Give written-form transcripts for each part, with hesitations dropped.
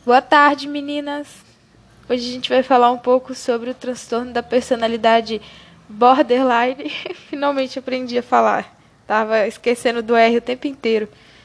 Boa tarde, meninas! Hoje a gente vai falar um pouco sobre o transtorno da personalidade borderline. Finalmente aprendi a falar. Tava esquecendo do R o tempo inteiro.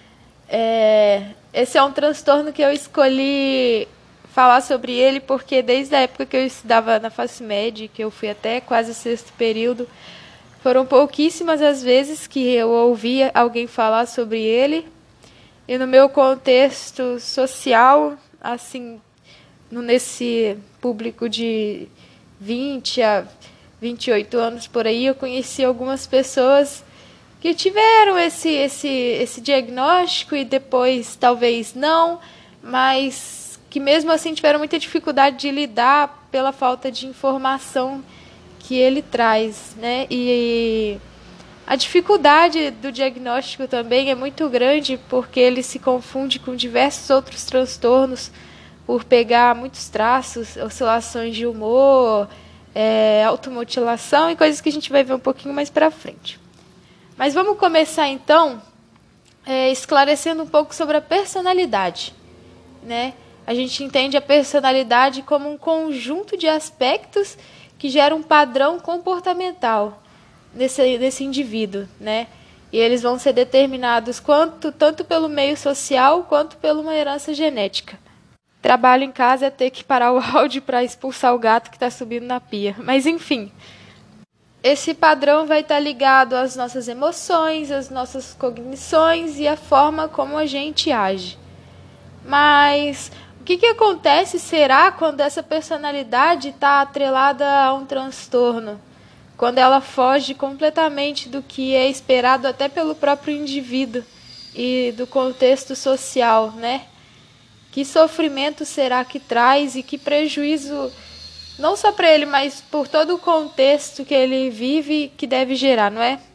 Esse é um transtorno que eu escolhi falar sobre ele porque desde a época que eu estudava na FACEMED, que eu fui até quase o sexto período, foram pouquíssimas as vezes que eu ouvia alguém falar sobre ele. E no meu contexto social, assim, nesse público de 20 a 28 anos por aí, eu conheci algumas pessoas que tiveram esse diagnóstico e depois talvez não, mas que mesmo assim tiveram muita dificuldade de lidar pela falta de informação que ele traz, né? E a dificuldade do diagnóstico também é muito grande porque ele se confunde com diversos outros transtornos por pegar muitos traços, oscilações de humor, automutilação e coisas que a gente vai ver um pouquinho mais para frente. Mas vamos começar então esclarecendo um pouco sobre a personalidade, né? A gente entende a personalidade como um conjunto de aspectos que gera um padrão comportamental nesse indivíduo, né? E eles vão ser determinados tanto pelo meio social quanto por uma herança genética. Trabalho em casa é ter que parar o áudio para expulsar o gato que está subindo na pia. Mas enfim, esse padrão vai estar ligado às nossas emoções, às nossas cognições e à forma como a gente age. Mas o que acontece, será, quando essa personalidade está atrelada a um transtorno? Quando ela foge completamente do que é esperado até pelo próprio indivíduo e do contexto social, né? Que sofrimento será que traz e que prejuízo, não só para ele, mas por todo o contexto que ele vive, que deve gerar, não é?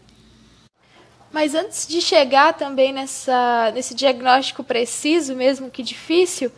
Mas antes de chegar também nesse diagnóstico preciso, mesmo que difícil,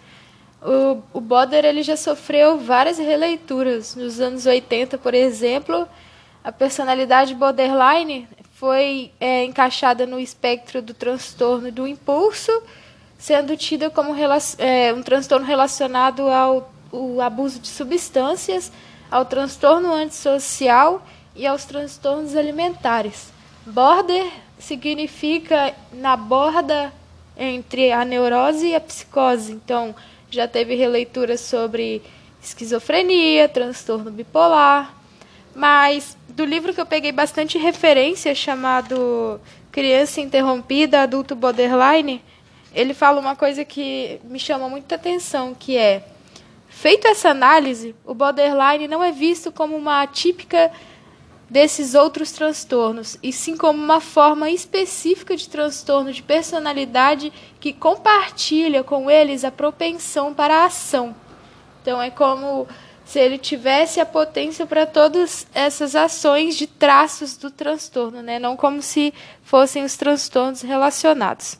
o Boder ele já sofreu várias releituras. Nos anos 80, por exemplo, a personalidade borderline foi encaixada no espectro do transtorno do impulso, sendo tida como um transtorno relacionado ao abuso de substâncias, ao transtorno antissocial e aos transtornos alimentares. Border significa na borda entre a neurose e a psicose. Então, já teve releitura sobre esquizofrenia, transtorno bipolar. Mas do livro que eu peguei bastante referência, chamado Criança Interrompida, Adulto Borderline, ele fala uma coisa que me chama muita atenção, que é: feito essa análise, o borderline não é visto como uma atípica desses outros transtornos, e sim como uma forma específica de transtorno de personalidade que compartilha com eles a propensão para a ação. Então é como se ele tivesse a potência para todas essas ações de traços do transtorno, né? Não como se fossem os transtornos relacionados.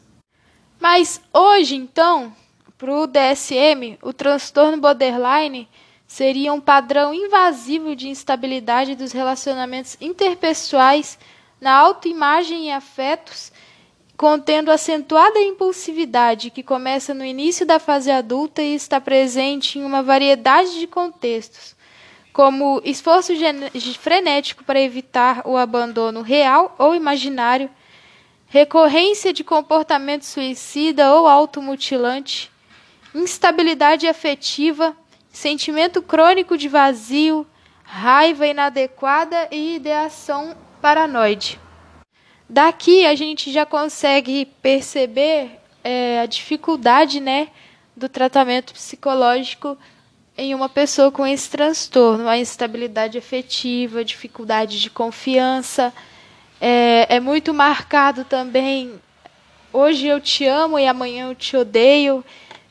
Mas hoje, então, para o DSM, o transtorno borderline seria um padrão invasivo de instabilidade dos relacionamentos interpessoais na autoimagem e afetos, contendo acentuada impulsividade que começa no início da fase adulta e está presente em uma variedade de contextos, como esforço frenético para evitar o abandono real ou imaginário, recorrência de comportamento suicida ou automutilante, instabilidade afetiva, sentimento crônico de vazio, raiva inadequada e ideação paranoide. Daqui a gente já consegue perceber a dificuldade, né, do tratamento psicológico em uma pessoa com esse transtorno, a instabilidade afetiva, dificuldade de confiança. É muito marcado também: hoje eu te amo e amanhã eu te odeio.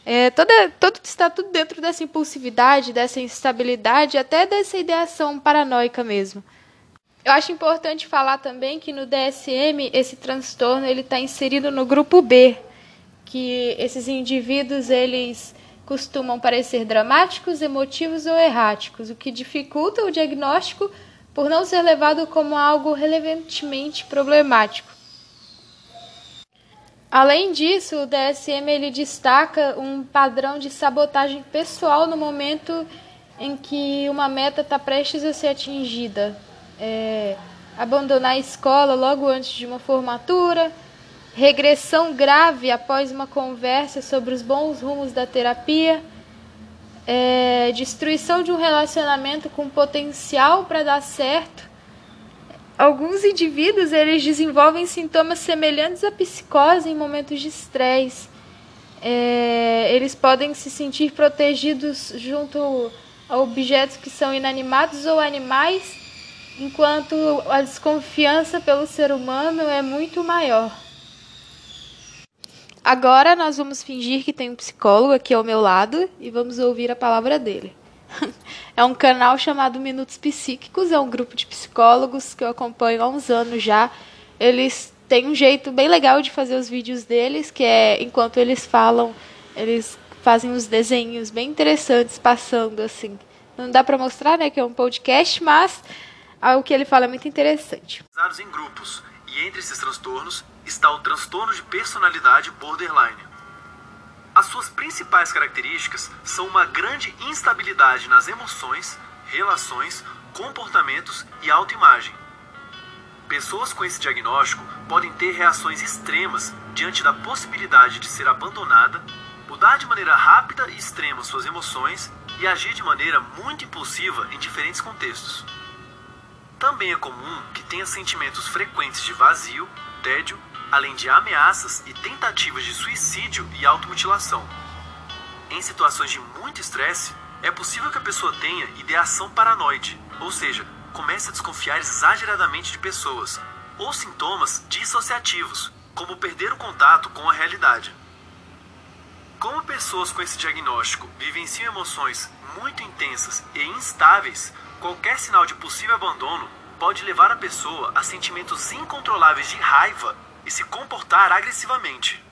Está tudo dentro dessa impulsividade, dessa instabilidade, até dessa ideação paranoica mesmo. Eu acho importante falar também que no DSM esse transtorno ele está inserido no grupo B, que esses indivíduos eles costumam parecer dramáticos, emotivos ou erráticos, o que dificulta o diagnóstico por não ser levado como algo relevantemente problemático. Além disso, o DSM ele destaca um padrão de sabotagem pessoal no momento em que uma meta está prestes a ser atingida. Abandonar a escola logo antes de uma formatura, regressão grave após uma conversa sobre os bons rumos da terapia, destruição de um relacionamento com potencial para dar certo. Alguns indivíduos eles desenvolvem sintomas semelhantes à psicose em momentos de estresse. Eles podem se sentir protegidos junto a objetos que são inanimados ou animais, enquanto a desconfiança pelo ser humano é muito maior. Agora nós vamos fingir que tem um psicólogo aqui ao meu lado e vamos ouvir a palavra dele. É um canal chamado Minutos Psíquicos, é um grupo de psicólogos que eu acompanho há uns anos já. Eles têm um jeito bem legal de fazer os vídeos deles, que é, enquanto eles falam, eles fazem uns desenhos bem interessantes passando assim. Não dá para mostrar, né, que é um podcast, mas o que ele fala é muito interessante. Em grupos, e entre esses transtornos está o transtorno de personalidade borderline. As suas principais características são uma grande instabilidade nas emoções, relações, comportamentos e autoimagem. Pessoas com esse diagnóstico podem ter reações extremas diante da possibilidade de ser abandonada, mudar de maneira rápida e extrema suas emoções e agir de maneira muito impulsiva em diferentes contextos. Também é comum que tenha sentimentos frequentes de vazio, tédio, além de ameaças e tentativas de suicídio e automutilação. Em situações de muito estresse, é possível que a pessoa tenha ideação paranoide, ou seja, comece a desconfiar exageradamente de pessoas, ou sintomas dissociativos, como perder o contato com a realidade. Como pessoas com esse diagnóstico vivenciam emoções muito intensas e instáveis, qualquer sinal de possível abandono pode levar a pessoa a sentimentos incontroláveis de raiva e se comportar agressivamente.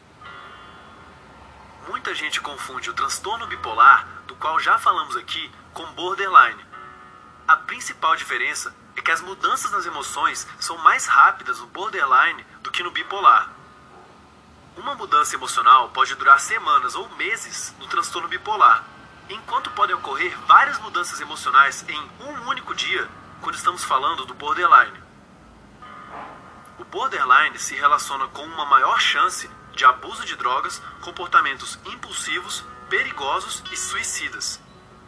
Muita gente confunde o transtorno bipolar, do qual já falamos aqui, com borderline. A principal diferença é que as mudanças nas emoções são mais rápidas no borderline do que no bipolar. Uma mudança emocional pode durar semanas ou meses no transtorno bipolar, enquanto podem ocorrer várias mudanças emocionais em um único dia quando estamos falando do borderline. O borderline se relaciona com uma maior chance de abuso de drogas, comportamentos impulsivos, perigosos e suicidas.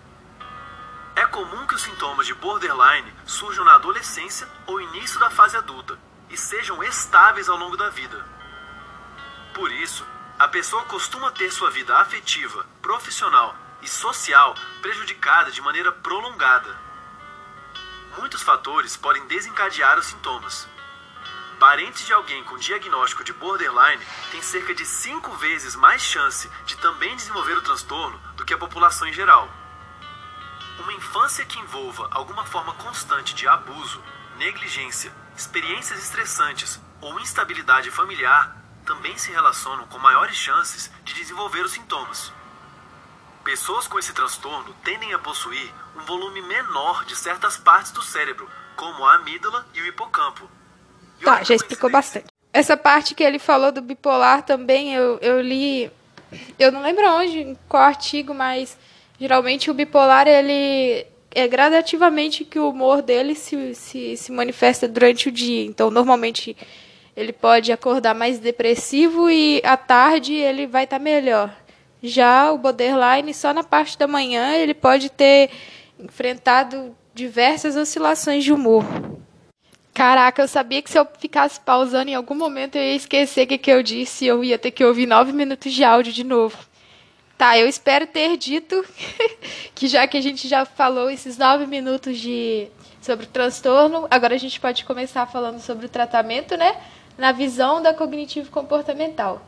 É comum que os sintomas de borderline surjam na adolescência ou início da fase adulta e sejam estáveis ao longo da vida. Por isso, a pessoa costuma ter sua vida afetiva, profissional e social prejudicada de maneira prolongada. Muitos fatores podem desencadear os sintomas. Parentes de alguém com diagnóstico de borderline têm cerca de 5 vezes mais chance de também desenvolver o transtorno do que a população em geral. Uma infância que envolva alguma forma constante de abuso, negligência, experiências estressantes ou instabilidade familiar também se relacionam com maiores chances de desenvolver os sintomas. Pessoas com esse transtorno tendem a possuir um volume menor de certas partes do cérebro, como a amígdala e o hipocampo. Tá, já explicou bastante. Essa parte que ele falou do bipolar também, eu li, eu não lembro onde, em qual artigo, mas geralmente o bipolar, ele é gradativamente que o humor dele se manifesta durante o dia. Então, normalmente, ele pode acordar mais depressivo e à tarde ele vai estar melhor. Já o borderline, só na parte da manhã, ele pode ter enfrentado diversas oscilações de humor. Caraca, eu sabia que se eu ficasse pausando em algum momento eu ia esquecer o que eu disse e eu ia ter que ouvir 9 minutos de áudio de novo. Tá, eu espero ter dito que já que a gente já falou esses 9 minutos sobre o transtorno, agora a gente pode começar falando sobre o tratamento, né? Na visão da cognitivo-comportamental.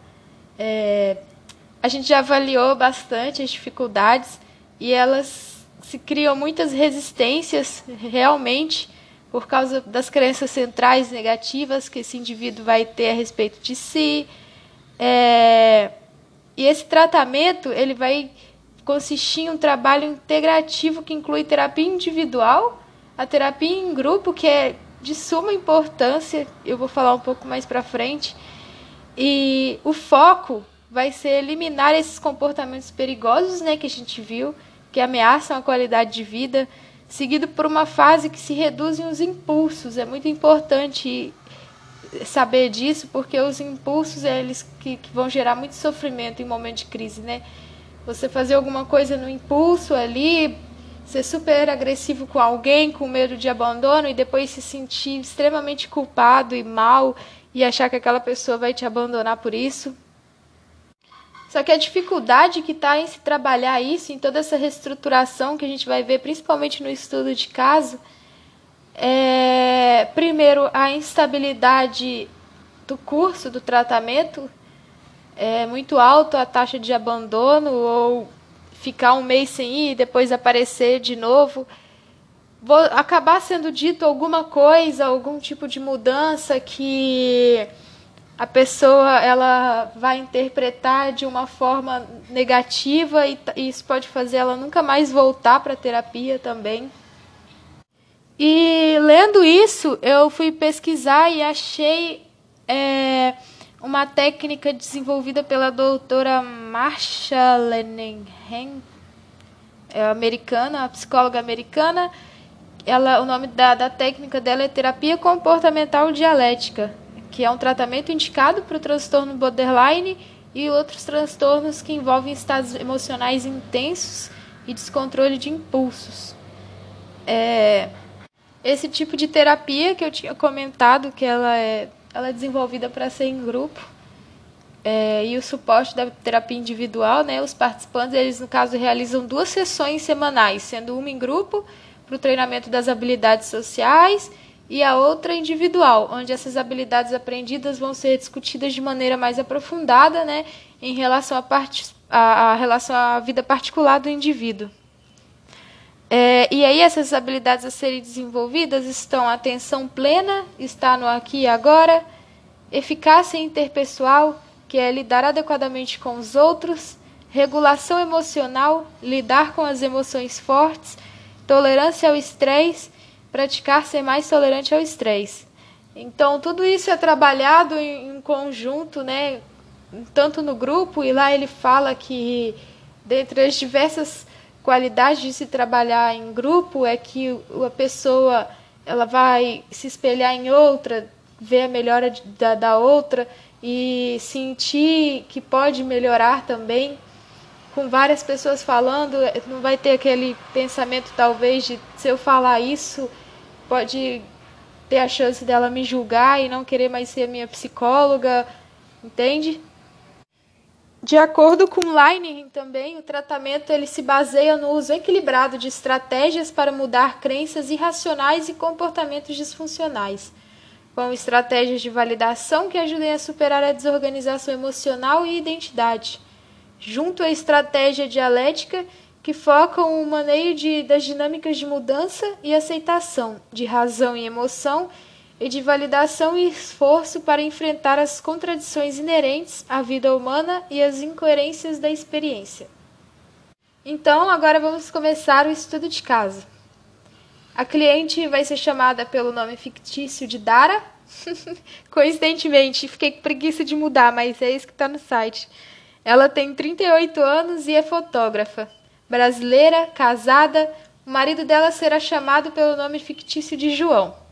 A gente já avaliou bastante as dificuldades e elas se criam muitas resistências realmente por causa das crenças centrais negativas que esse indivíduo vai ter a respeito de si. E esse tratamento ele vai consistir em um trabalho integrativo que inclui terapia individual, a terapia em grupo, que é de suma importância, eu vou falar um pouco mais para frente, E o foco vai ser eliminar esses comportamentos perigosos, né, que a gente viu, que ameaçam a qualidade de vida, seguido por uma fase que se reduzem os impulsos. É muito importante saber disso, porque os impulsos eles que vão gerar muito sofrimento em momento de crise, né? Você fazer alguma coisa no impulso ali, ser super agressivo com alguém, com medo de abandono, e depois se sentir extremamente culpado e mal, e achar que aquela pessoa vai te abandonar por isso. Só que a dificuldade que está em se trabalhar isso, em toda essa reestruturação que a gente vai ver, principalmente no estudo de caso, é, primeiro, a instabilidade do curso, do tratamento. É muito alto a taxa de abandono, ou ficar um mês sem ir e depois aparecer de novo. Vou acabar sendo dito alguma coisa, algum tipo de mudança que a pessoa ela vai interpretar de uma forma negativa, e isso pode fazer ela nunca mais voltar para a terapia também. E lendo isso, eu fui pesquisar e achei uma técnica desenvolvida pela doutora Marsha Linehan, americana, a psicóloga americana. O nome da técnica dela é terapia comportamental dialética, que é um tratamento indicado para o transtorno borderline e outros transtornos que envolvem estados emocionais intensos e descontrole de impulsos. Esse tipo de terapia que eu tinha comentado, que ela é desenvolvida para ser em grupo, e o suporte da terapia individual, né? Os participantes, eles no caso realizam 2 sessões semanais, sendo uma em grupo para o treinamento das habilidades sociais e a outra individual, onde essas habilidades aprendidas vão ser discutidas de maneira mais aprofundada, né? Em relação à vida particular do indivíduo. E aí essas habilidades a serem desenvolvidas estão atenção plena, estar no aqui e agora, eficácia interpessoal, que é lidar adequadamente com os outros, regulação emocional, lidar com as emoções fortes, tolerância ao estresse, praticar ser mais tolerante ao estresse. Então, tudo isso é trabalhado em conjunto, né? Tanto no grupo, e lá ele fala que, dentre as diversas qualidade de se trabalhar em grupo, é que a pessoa ela vai se espelhar em outra, ver a melhora da outra e sentir que pode melhorar também. Com várias pessoas falando, não vai ter aquele pensamento talvez de, se eu falar isso, pode ter a chance dela me julgar e não querer mais ser minha psicóloga, entende? De acordo com Linehan também, o tratamento ele se baseia no uso equilibrado de estratégias para mudar crenças irracionais e comportamentos disfuncionais, com estratégias de validação que ajudem a superar a desorganização emocional e identidade, junto à estratégia dialética que focam o manejo das dinâmicas de mudança e aceitação, de razão e emoção, e de validação e esforço para enfrentar as contradições inerentes à vida humana e as incoerências da experiência. Então, agora vamos começar o estudo de caso. A cliente vai ser chamada pelo nome fictício de Dara. Coincidentemente, fiquei com preguiça de mudar, mas é isso que está no site. Ela tem 38 anos e é fotógrafa. Brasileira, casada, o marido dela será chamado pelo nome fictício de João.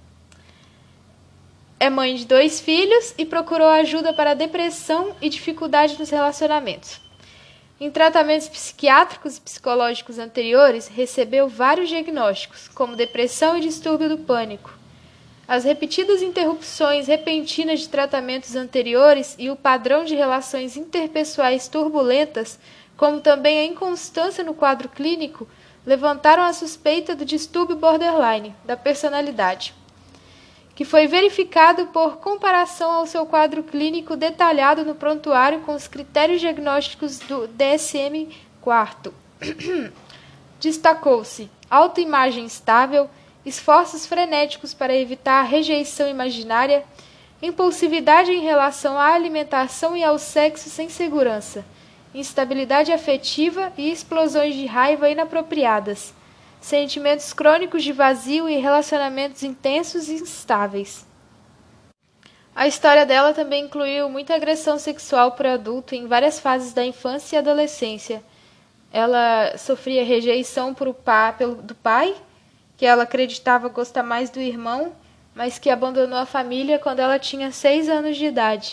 É mãe de 2 filhos e procurou ajuda para depressão e dificuldade nos relacionamentos. Em tratamentos psiquiátricos e psicológicos anteriores, recebeu vários diagnósticos, como depressão e distúrbio do pânico. As repetidas interrupções repentinas de tratamentos anteriores e o padrão de relações interpessoais turbulentas, como também a inconstância no quadro clínico, levantaram a suspeita do distúrbio borderline, da personalidade, que foi verificado por comparação ao seu quadro clínico detalhado no prontuário com os critérios diagnósticos do DSM-IV. Destacou-se autoimagem instável, esforços frenéticos para evitar a rejeição imaginária, impulsividade em relação à alimentação e ao sexo sem segurança, instabilidade afetiva e explosões de raiva inapropriadas, sentimentos crônicos de vazio e relacionamentos intensos e instáveis. A história dela também incluiu muita agressão sexual por adulto em várias fases da infância e adolescência. Ela sofria rejeição do pai, que ela acreditava gostar mais do irmão, mas que abandonou a família quando ela tinha 6 anos de idade.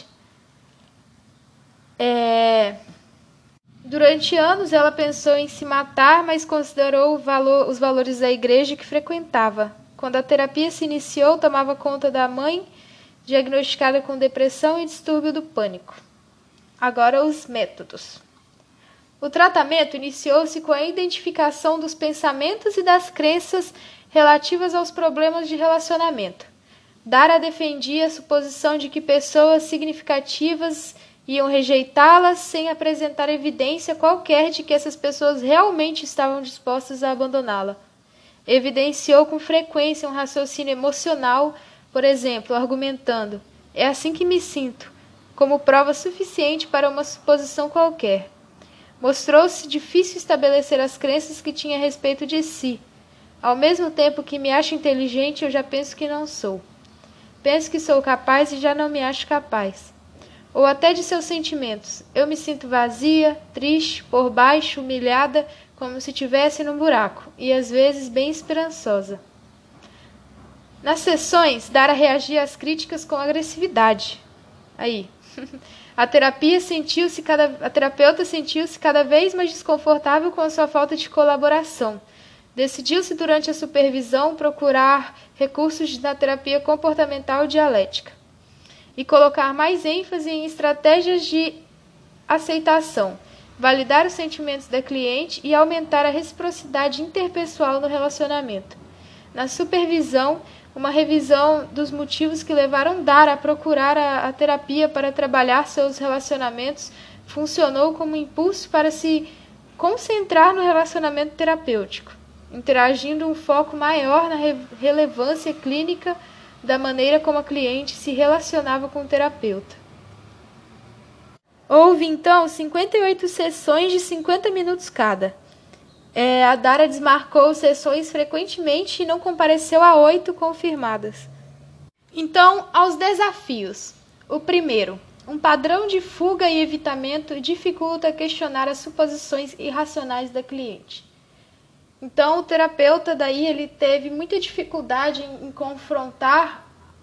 Durante anos ela pensou em se matar, mas considerou os valores da igreja que frequentava. Quando a terapia se iniciou, tomava conta da mãe, diagnosticada com depressão e distúrbio do pânico. Agora os métodos. O tratamento iniciou-se com a identificação dos pensamentos e das crenças relativas aos problemas de relacionamento. Dara defendia a suposição de que pessoas significativas iam rejeitá-las sem apresentar evidência qualquer de que essas pessoas realmente estavam dispostas a abandoná-la. Evidenciou com frequência um raciocínio emocional, por exemplo, argumentando: "É assim que me sinto", como prova suficiente para uma suposição qualquer. Mostrou-se difícil estabelecer as crenças que tinha a respeito de si. Ao mesmo tempo que me acho inteligente, eu já penso que não sou. Penso que sou capaz e já não me acho capaz. Ou até de seus sentimentos. Eu me sinto vazia, triste, por baixo, humilhada, como se estivesse num buraco, e às vezes bem esperançosa. Nas sessões, Dara reagia às críticas com agressividade. A terapeuta sentiu-se cada vez mais desconfortável com a sua falta de colaboração. Decidiu-se durante a supervisão procurar recursos na terapia comportamental dialética e colocar mais ênfase em estratégias de aceitação, validar os sentimentos da cliente e aumentar a reciprocidade interpessoal no relacionamento. Na supervisão, uma revisão dos motivos que levaram Dara a procurar a terapia para trabalhar seus relacionamentos funcionou como impulso para se concentrar no relacionamento terapêutico, interagindo um foco maior na relevância clínica da maneira como a cliente se relacionava com o terapeuta. Houve, então, 58 sessões de 50 minutos cada. A Dara desmarcou sessões frequentemente e não compareceu a 8 confirmadas. Então, aos desafios. O primeiro, um padrão de fuga e evitamento dificulta questionar as suposições irracionais da cliente. Então, o terapeuta ele teve muita dificuldade em confrontar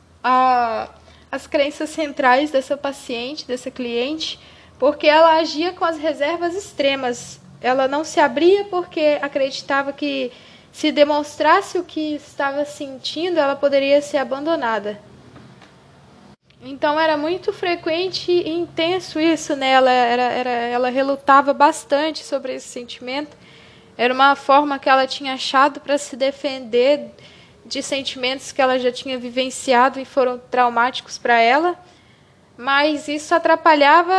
as crenças centrais dessa paciente, dessa cliente, porque ela agia com as reservas extremas. Ela não se abria porque acreditava que, se demonstrasse o que estava sentindo, ela poderia ser abandonada. Então, era muito frequente e intenso isso nela. Ela relutava bastante sobre esse sentimento. Era uma forma que ela tinha achado para se defender de sentimentos que ela já tinha vivenciado e foram traumáticos para ela. Mas isso atrapalhava,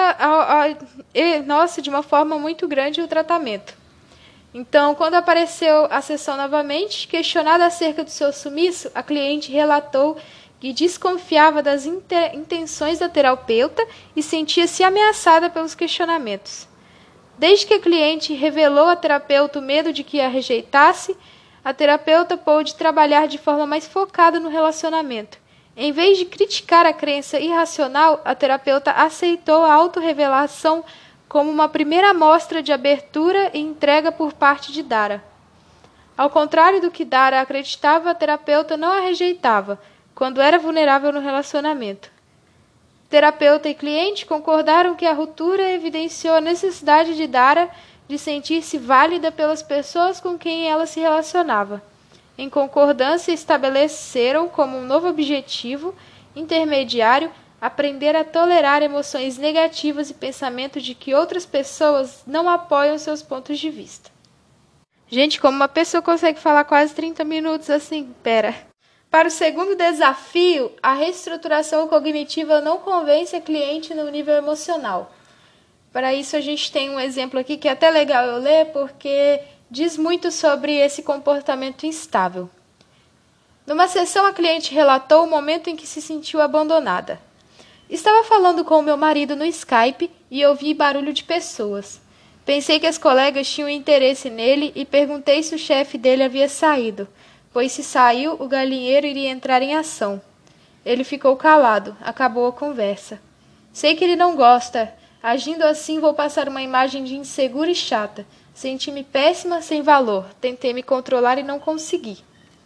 de uma forma muito grande, o tratamento. Então, quando apareceu a sessão novamente, questionada acerca do seu sumiço, a cliente relatou que desconfiava das intenções da terapeuta e sentia-se ameaçada pelos questionamentos. Desde que a cliente revelou à terapeuta o medo de que a rejeitasse, a terapeuta pôde trabalhar de forma mais focada no relacionamento. Em vez de criticar a crença irracional, a terapeuta aceitou a autorrevelação como uma primeira amostra de abertura e entrega por parte de Dara. Ao contrário do que Dara acreditava, a terapeuta não a rejeitava quando era vulnerável no relacionamento. Terapeuta e cliente concordaram que a ruptura evidenciou a necessidade de Dara de sentir-se válida pelas pessoas com quem ela se relacionava. Em concordância, estabeleceram como um novo objetivo intermediário aprender a tolerar emoções negativas e pensamento de que outras pessoas não apoiam seus pontos de vista. Gente, como uma pessoa consegue falar quase 30 minutos assim? Para o segundo desafio, a reestruturação cognitiva não convence a cliente no nível emocional. Para isso, a gente tem um exemplo aqui que é até legal eu ler, porque diz muito sobre esse comportamento instável. Numa sessão, a cliente relatou o momento em que se sentiu abandonada. Estava falando com o meu marido no Skype e ouvi barulho de pessoas. Pensei que as colegas tinham interesse nele e perguntei se o chefe dele havia saído, pois se saiu, o galinheiro iria entrar em ação. Ele ficou calado. Acabou a conversa. Sei que ele não gosta. Agindo assim, vou passar uma imagem de insegura e chata. Senti-me péssima, sem valor. Tentei me controlar e não consegui.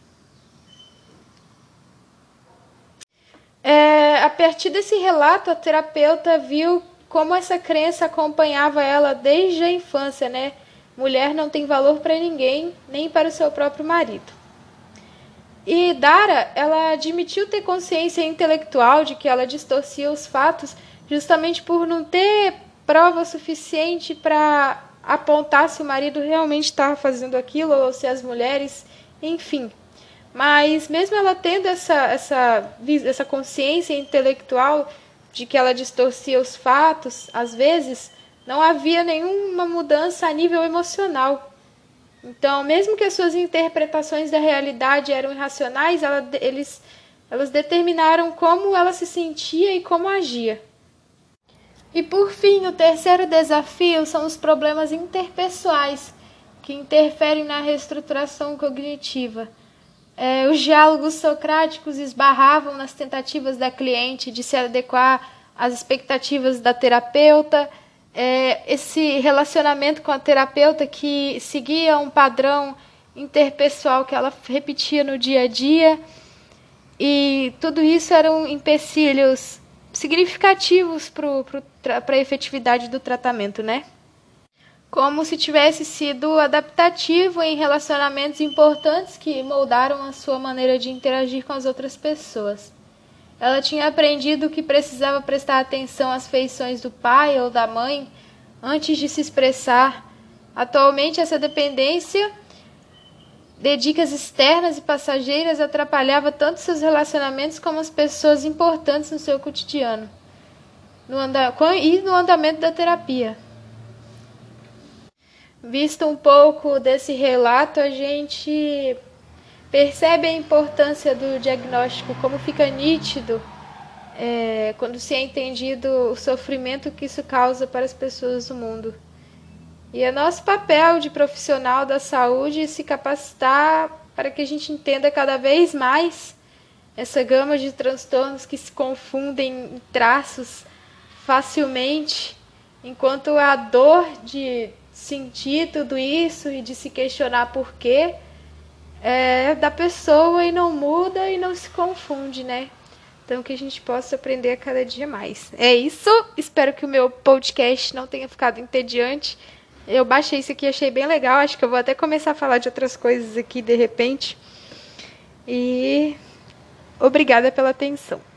A partir desse relato, a terapeuta viu como essa crença acompanhava ela desde a infância, né? Mulher não tem valor para ninguém, nem para o seu próprio marido. E Dara, ela admitiu ter consciência intelectual de que ela distorcia os fatos justamente por não ter prova suficiente para apontar se o marido realmente estava fazendo aquilo ou se as mulheres, enfim. Mas mesmo ela tendo essa consciência intelectual de que ela distorcia os fatos, às vezes, não havia nenhuma mudança a nível emocional. Então, mesmo que as suas interpretações da realidade eram irracionais, elas determinaram como ela se sentia e como agia. E por fim, o terceiro desafio são os problemas interpessoais, que interferem na reestruturação cognitiva. Os diálogos socráticos esbarravam nas tentativas da cliente de se adequar às expectativas da terapeuta, esse relacionamento com a terapeuta que seguia um padrão interpessoal que ela repetia no dia a dia, e tudo isso eram empecilhos significativos para a efetividade do tratamento, né? Como se tivesse sido adaptativo em relacionamentos importantes que moldaram a sua maneira de interagir com as outras pessoas. Ela tinha aprendido que precisava prestar atenção às feições do pai ou da mãe antes de se expressar. Atualmente, essa dependência de dicas externas e passageiras atrapalhava tanto seus relacionamentos como as pessoas importantes no seu cotidiano e no andamento da terapia. Visto um pouco desse relato, a gente percebe a importância do diagnóstico, como fica nítido quando se é entendido o sofrimento que isso causa para as pessoas do mundo. E é nosso papel de profissional da saúde se capacitar para que a gente entenda cada vez mais essa gama de transtornos que se confundem em traços facilmente, enquanto a dor de sentir tudo isso e de se questionar por quê é da pessoa e não muda e não se confunde, né? Então que a gente possa aprender a cada dia mais. É isso, espero que o meu podcast não tenha ficado entediante. Eu baixei isso aqui, achei bem legal, acho que eu vou até começar a falar de outras coisas aqui de repente. E obrigada pela atenção.